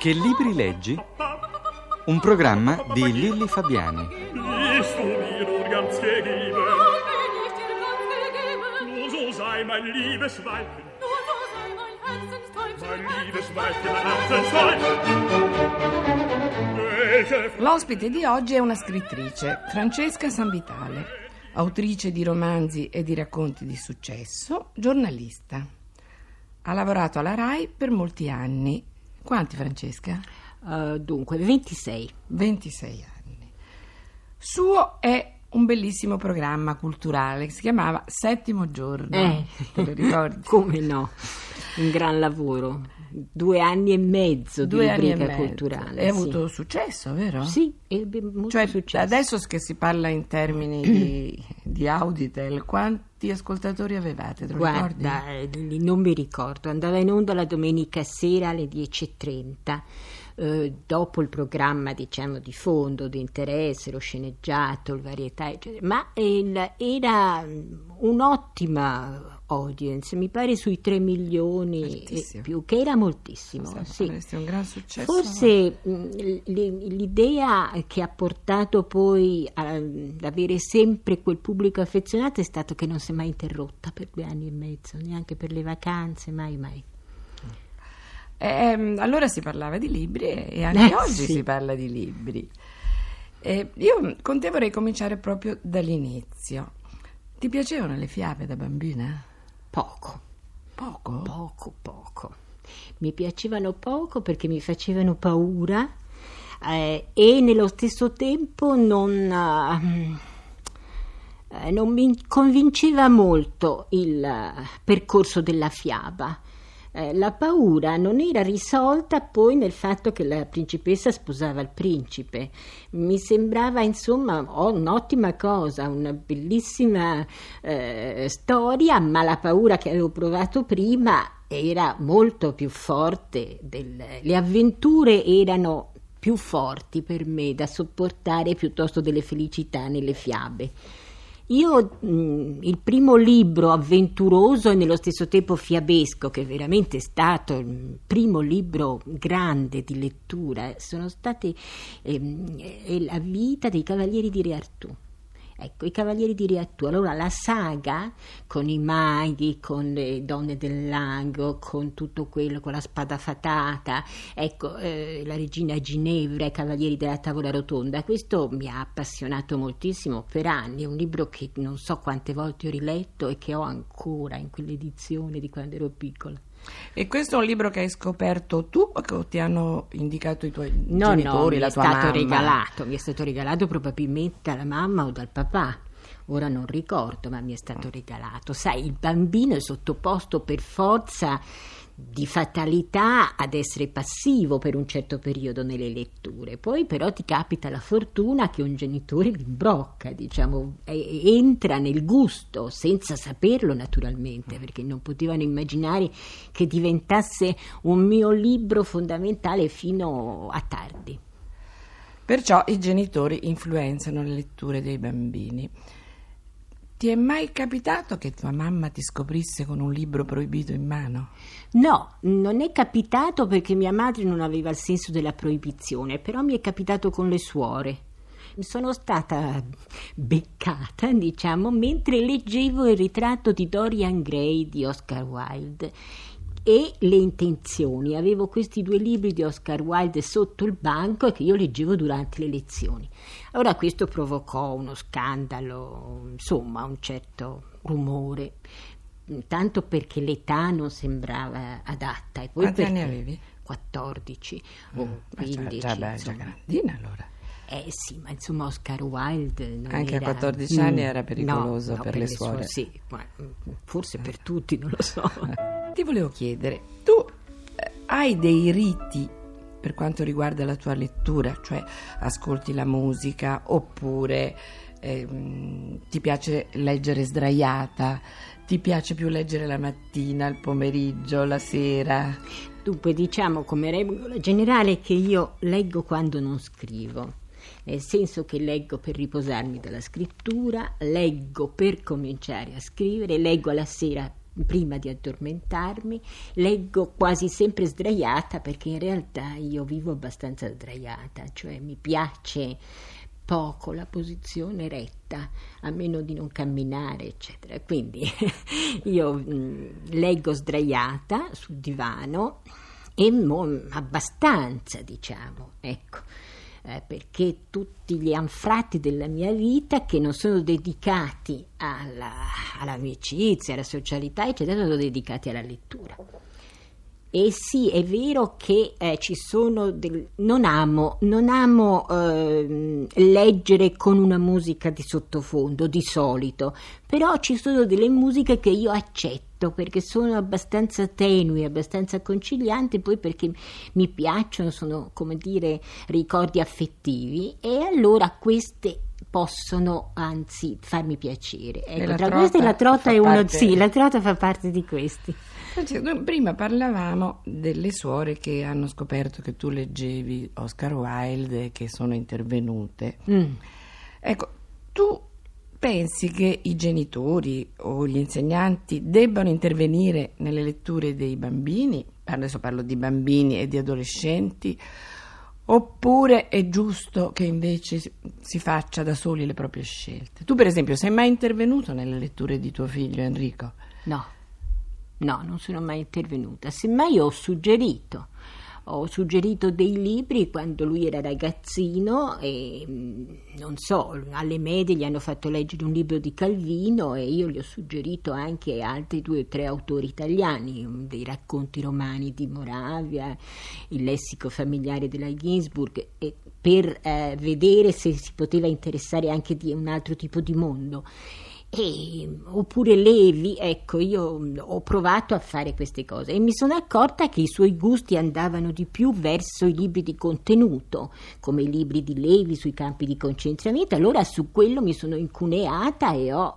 Che libri leggi? Un programma di Lilli Fabiani. Bist du mir nur ganz gegeben? Nur so sei mein liebes Weibchen. Mein liebes Weibchen, mein Herzenstein. L'ospite di oggi è una scrittrice, Francesca Sanvitale, autrice di romanzi e di racconti di successo, giornalista. Ha lavorato alla RAI per molti anni. Quanti, Francesca? Dunque, 26. 26 anni. Suo è un bellissimo programma culturale che si chiamava Settimo Giorno. Te lo ricordi? Come no? Un gran lavoro. 2 anni e mezzo di rubrica culturale. E ha avuto successo, vero? Sì, ebbe molto successo. Adesso che si parla in termini di Auditel, quanti ascoltatori avevate? Te lo ricordi? Guarda, non mi ricordo. Andava in onda la domenica sera alle 10:30. Dopo il programma, diciamo, di fondo, di interesse, lo sceneggiato, il varietà, eccetera. Ma era un'ottima audience, mi pare sui 3 milioni e più, che era moltissimo. Sì. Un gran successo. Forse l'idea che ha portato poi ad avere sempre quel pubblico affezionato è stato che non si è mai interrotta per 2 anni e mezzo, neanche per le vacanze, mai. Allora si parlava di libri e anche oggi si parla di libri. Io con te vorrei cominciare proprio dall'inizio. Ti piacevano le fiabe da bambina? Poco. Poco? Mi piacevano poco perché mi facevano paura e nello stesso tempo non mi convinceva molto il percorso della fiaba. La paura non era risolta poi nel fatto che la principessa sposava il principe. Mi sembrava, insomma, un'ottima cosa, una bellissima storia, ma la paura che avevo provato prima era molto più forte. Le avventure erano più forti per me da sopportare piuttosto delle felicità nelle fiabe. Io il primo libro avventuroso e nello stesso tempo fiabesco, che veramente è stato il primo libro grande di lettura, sono stati La vita dei Cavalieri di Re Artù. Ecco, i Cavalieri di Re Artù. Allora la saga con i maghi, con le donne del lago, con tutto quello, con la spada fatata, ecco, la regina Ginevra, i Cavalieri della Tavola Rotonda, questo mi ha appassionato moltissimo per anni. È un libro che non so quante volte ho riletto e che ho ancora in quell'edizione di quando ero piccola. E questo è un libro che hai scoperto tu o che ti hanno indicato i tuoi genitori, la tua mamma? Mi è stato regalato probabilmente dalla mamma o dal papà. Ora non ricordo, ma mi è stato regalato. Sai, il bambino è sottoposto per forza di fatalità ad essere passivo per un certo periodo nelle letture. Poi però ti capita la fortuna che un genitore li imbrocca, diciamo, entra nel gusto senza saperlo naturalmente, perché non potevano immaginare che diventasse un mio libro fondamentale fino a tardi. Perciò i genitori influenzano le letture dei bambini. Ti è mai capitato che tua mamma ti scoprisse con un libro proibito in mano? No, non è capitato perché mia madre non aveva il senso della proibizione, però mi è capitato con le suore. Sono stata beccata, diciamo, mentre leggevo il ritratto di Dorian Gray di Oscar Wilde e Le intenzioni. Avevo questi 2 libri di Oscar Wilde sotto il banco e che io leggevo durante le lezioni. Allora questo provocò uno scandalo, insomma, un certo rumore, tanto perché l'età non sembrava adatta. E poi quanti anni avevi? 14 o 15. Già grandina allora. Sì, ma insomma Oscar Wilde non anche era... a 14 anni era pericoloso per le suore. Sì, forse per tutti, non lo so. Ti volevo chiedere, tu hai dei riti per quanto riguarda la tua lettura? Cioè ascolti la musica oppure ti piace leggere sdraiata? Ti piace più leggere la mattina, il pomeriggio, la sera? Dunque, diciamo come regola generale che io leggo quando non scrivo. Nel senso che leggo per riposarmi dalla scrittura, leggo per cominciare a scrivere, leggo alla sera prima di addormentarmi, leggo quasi sempre sdraiata, perché in realtà io vivo abbastanza sdraiata, cioè mi piace poco la posizione retta, a meno di non camminare, eccetera. Quindi io leggo sdraiata sul divano e abbastanza, diciamo, ecco. Perché tutti gli anfratti della mia vita, che non sono dedicati all'amicizia, alla socialità, eccetera, sono dedicati alla lettura. E sì, è vero che ci sono non amo leggere con una musica di sottofondo di solito, però ci sono delle musiche che io accetto perché sono abbastanza tenui, abbastanza concilianti, poi perché mi piacciono, sono, come dire, ricordi affettivi, e allora queste possono anzi farmi piacere. Ecco, tra queste la trota è uno, sì, la trota fa parte di questi. Prima parlavamo delle suore che hanno scoperto che tu leggevi Oscar Wilde e che sono intervenute. Ecco, tu pensi che i genitori o gli insegnanti debbano intervenire nelle letture dei bambini? Adesso parlo di bambini e di adolescenti. Oppure è giusto che invece si faccia da soli le proprie scelte? Tu, per esempio, sei mai intervenuto nelle letture di tuo figlio Enrico? No, non sono mai intervenuta. Semmai ho suggerito dei libri quando lui era ragazzino, e non so, alle medie gli hanno fatto leggere un libro di Calvino e io gli ho suggerito anche altri 2 o 3 autori italiani, dei racconti romani di Moravia, il lessico familiare della Ginsburg, per vedere se si poteva interessare anche di un altro tipo di mondo. Oppure Levi, ecco, io ho provato a fare queste cose e mi sono accorta che i suoi gusti andavano di più verso i libri di contenuto, come i libri di Levi sui campi di concentramento. Allora su quello mi sono incuneata e ho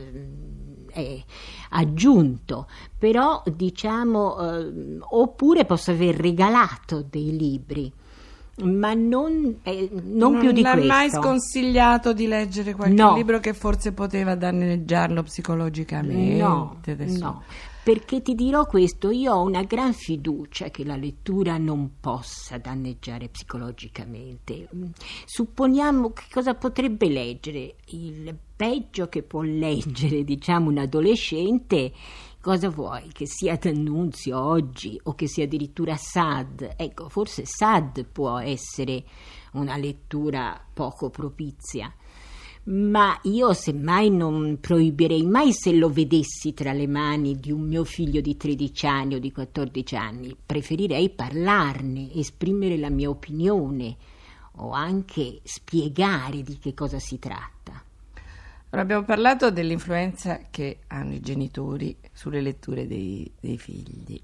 aggiunto, però diciamo, oppure posso aver regalato dei libri, ma non più di questo. Non l'ha mai sconsigliato di leggere qualche libro che forse poteva danneggiarlo psicologicamente? No, perché ti dirò questo, io ho una gran fiducia che la lettura non possa danneggiare psicologicamente. Supponiamo, che cosa potrebbe leggere? Il peggio che può leggere, diciamo, un adolescente. Cosa vuoi? Che sia D'Annunzio oggi o che sia addirittura Sade? Ecco, forse Sade può essere una lettura poco propizia, ma io semmai non proibirei mai, se lo vedessi tra le mani di un mio figlio di 13 anni o di 14 anni, preferirei parlarne, esprimere la mia opinione o anche spiegare di che cosa si tratta. Abbiamo parlato dell'influenza che hanno i genitori sulle letture dei figli.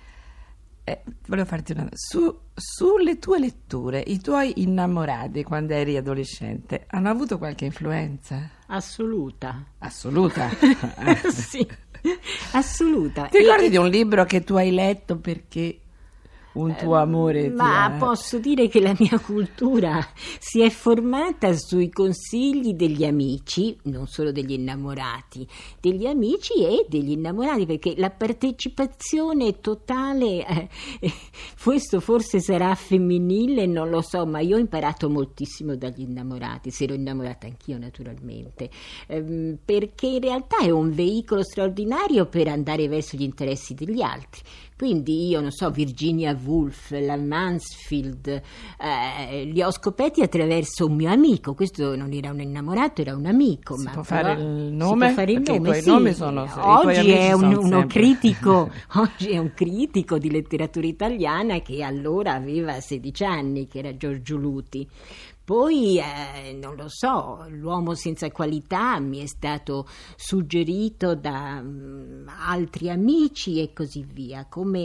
Volevo farti una sulle tue letture, i tuoi innamorati quando eri adolescente hanno avuto qualche influenza? Assoluta? Sì, assoluta. Ti ricordi di un libro che tu hai letto perché un tuo amore posso dire che la mia cultura si è formata sui consigli degli amici, non solo degli innamorati, degli amici e degli innamorati, perché la partecipazione totale, questo forse sarà femminile, non lo so, ma io ho imparato moltissimo dagli innamorati, se ero innamorata anch'io naturalmente, perché in realtà è un veicolo straordinario per andare verso gli interessi degli altri. Quindi io, non so, Virginia Woolf, la Mansfield, li ho scoperti attraverso un mio amico. Questo non era un innamorato, era un amico. Si ma può però fare il nome? Si può fare il Perché nome, i tuoi sì. nomi sono... Oggi è uno critico, oggi è un critico di letteratura italiana che allora aveva 16 anni, che era Giorgio Luti. Poi, non lo so, L'uomo senza qualità mi è stato suggerito da altri amici e così via, come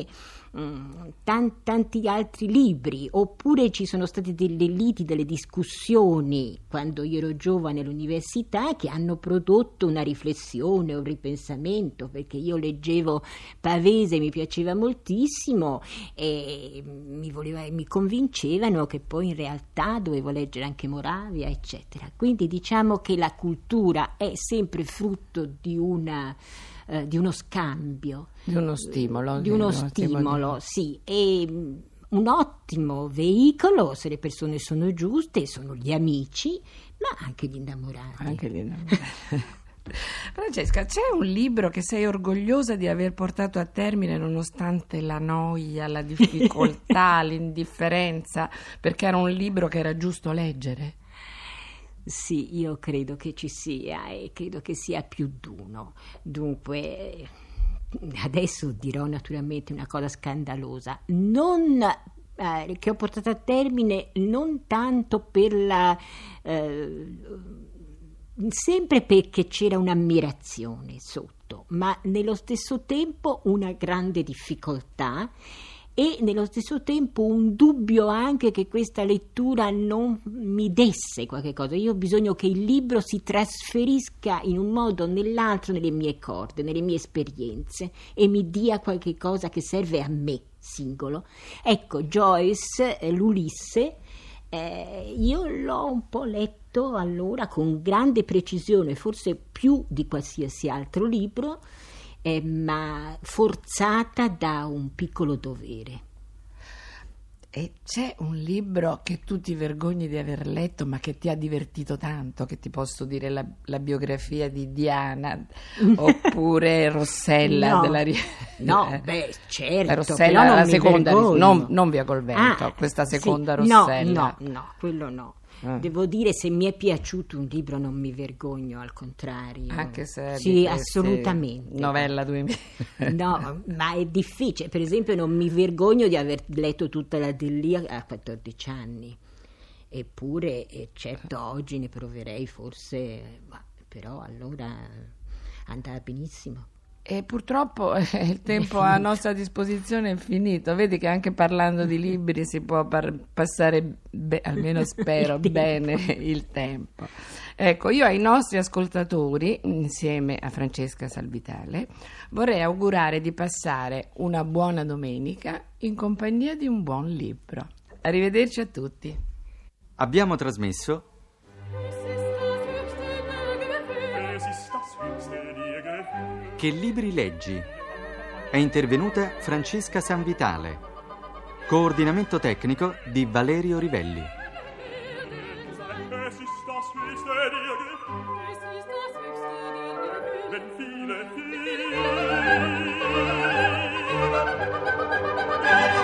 tanti altri libri. Oppure ci sono state delle liti, delle discussioni quando io ero giovane all'università che hanno prodotto una riflessione, un ripensamento, perché io leggevo Pavese, mi piaceva moltissimo e mi convincevano che poi in realtà dovevo leggere anche Moravia, eccetera. Quindi diciamo che la cultura è sempre frutto di una di uno scambio. Di uno stimolo. Di uno stimolo, sì. E un ottimo veicolo se le persone sono giuste, sono gli amici, ma anche gli innamorati. Anche gli innamorati. Francesca, c'è un libro che sei orgogliosa di aver portato a termine nonostante la noia, la difficoltà, l'indifferenza, perché era un libro che era giusto leggere? Sì, io credo che ci sia e credo che sia più d'uno. Dunque, adesso dirò naturalmente una cosa scandalosa, che ho portato a termine non tanto per sempre perché c'era un'ammirazione sotto, ma nello stesso tempo una grande difficoltà e nello stesso tempo un dubbio anche che questa lettura non mi desse qualche cosa. Io ho bisogno che il libro si trasferisca in un modo o nell'altro nelle mie corde, nelle mie esperienze e mi dia qualche cosa che serve a me singolo. Ecco, Joyce, l'Ulisse, io l'ho un po' letto allora con grande precisione, forse più di qualsiasi altro libro, ma forzata da un piccolo dovere. E c'è un libro che tu ti vergogni di aver letto ma che ti ha divertito tanto, che ti posso dire la biografia di Diana oppure Rossella No. della No, beh, certo. Rossella però non la mi seconda, vergogno. non Via col vento, Ah, questa sì. seconda Rossella. No, quello no. Devo dire, se mi è piaciuto un libro non mi vergogno, al contrario. Anche se sì, di assolutamente. Novella 2000. No, ma è difficile. Per esempio, non mi vergogno di aver letto tutta la Delia a 14 anni. Eppure, certo, oggi ne proverei forse, però allora andava benissimo. E purtroppo il tempo a nostra disposizione è finito. Vedi che anche parlando di libri si può passare, almeno spero, bene il tempo. Ecco, io ai nostri ascoltatori, insieme a Francesca Salvitale, vorrei augurare di passare una buona domenica in compagnia di un buon libro. Arrivederci a tutti. Abbiamo trasmesso Che libri leggi? È intervenuta Francesca Sanvitale. Coordinamento tecnico di Valerio Rivelli. Es ist das höchste dir, wenn viele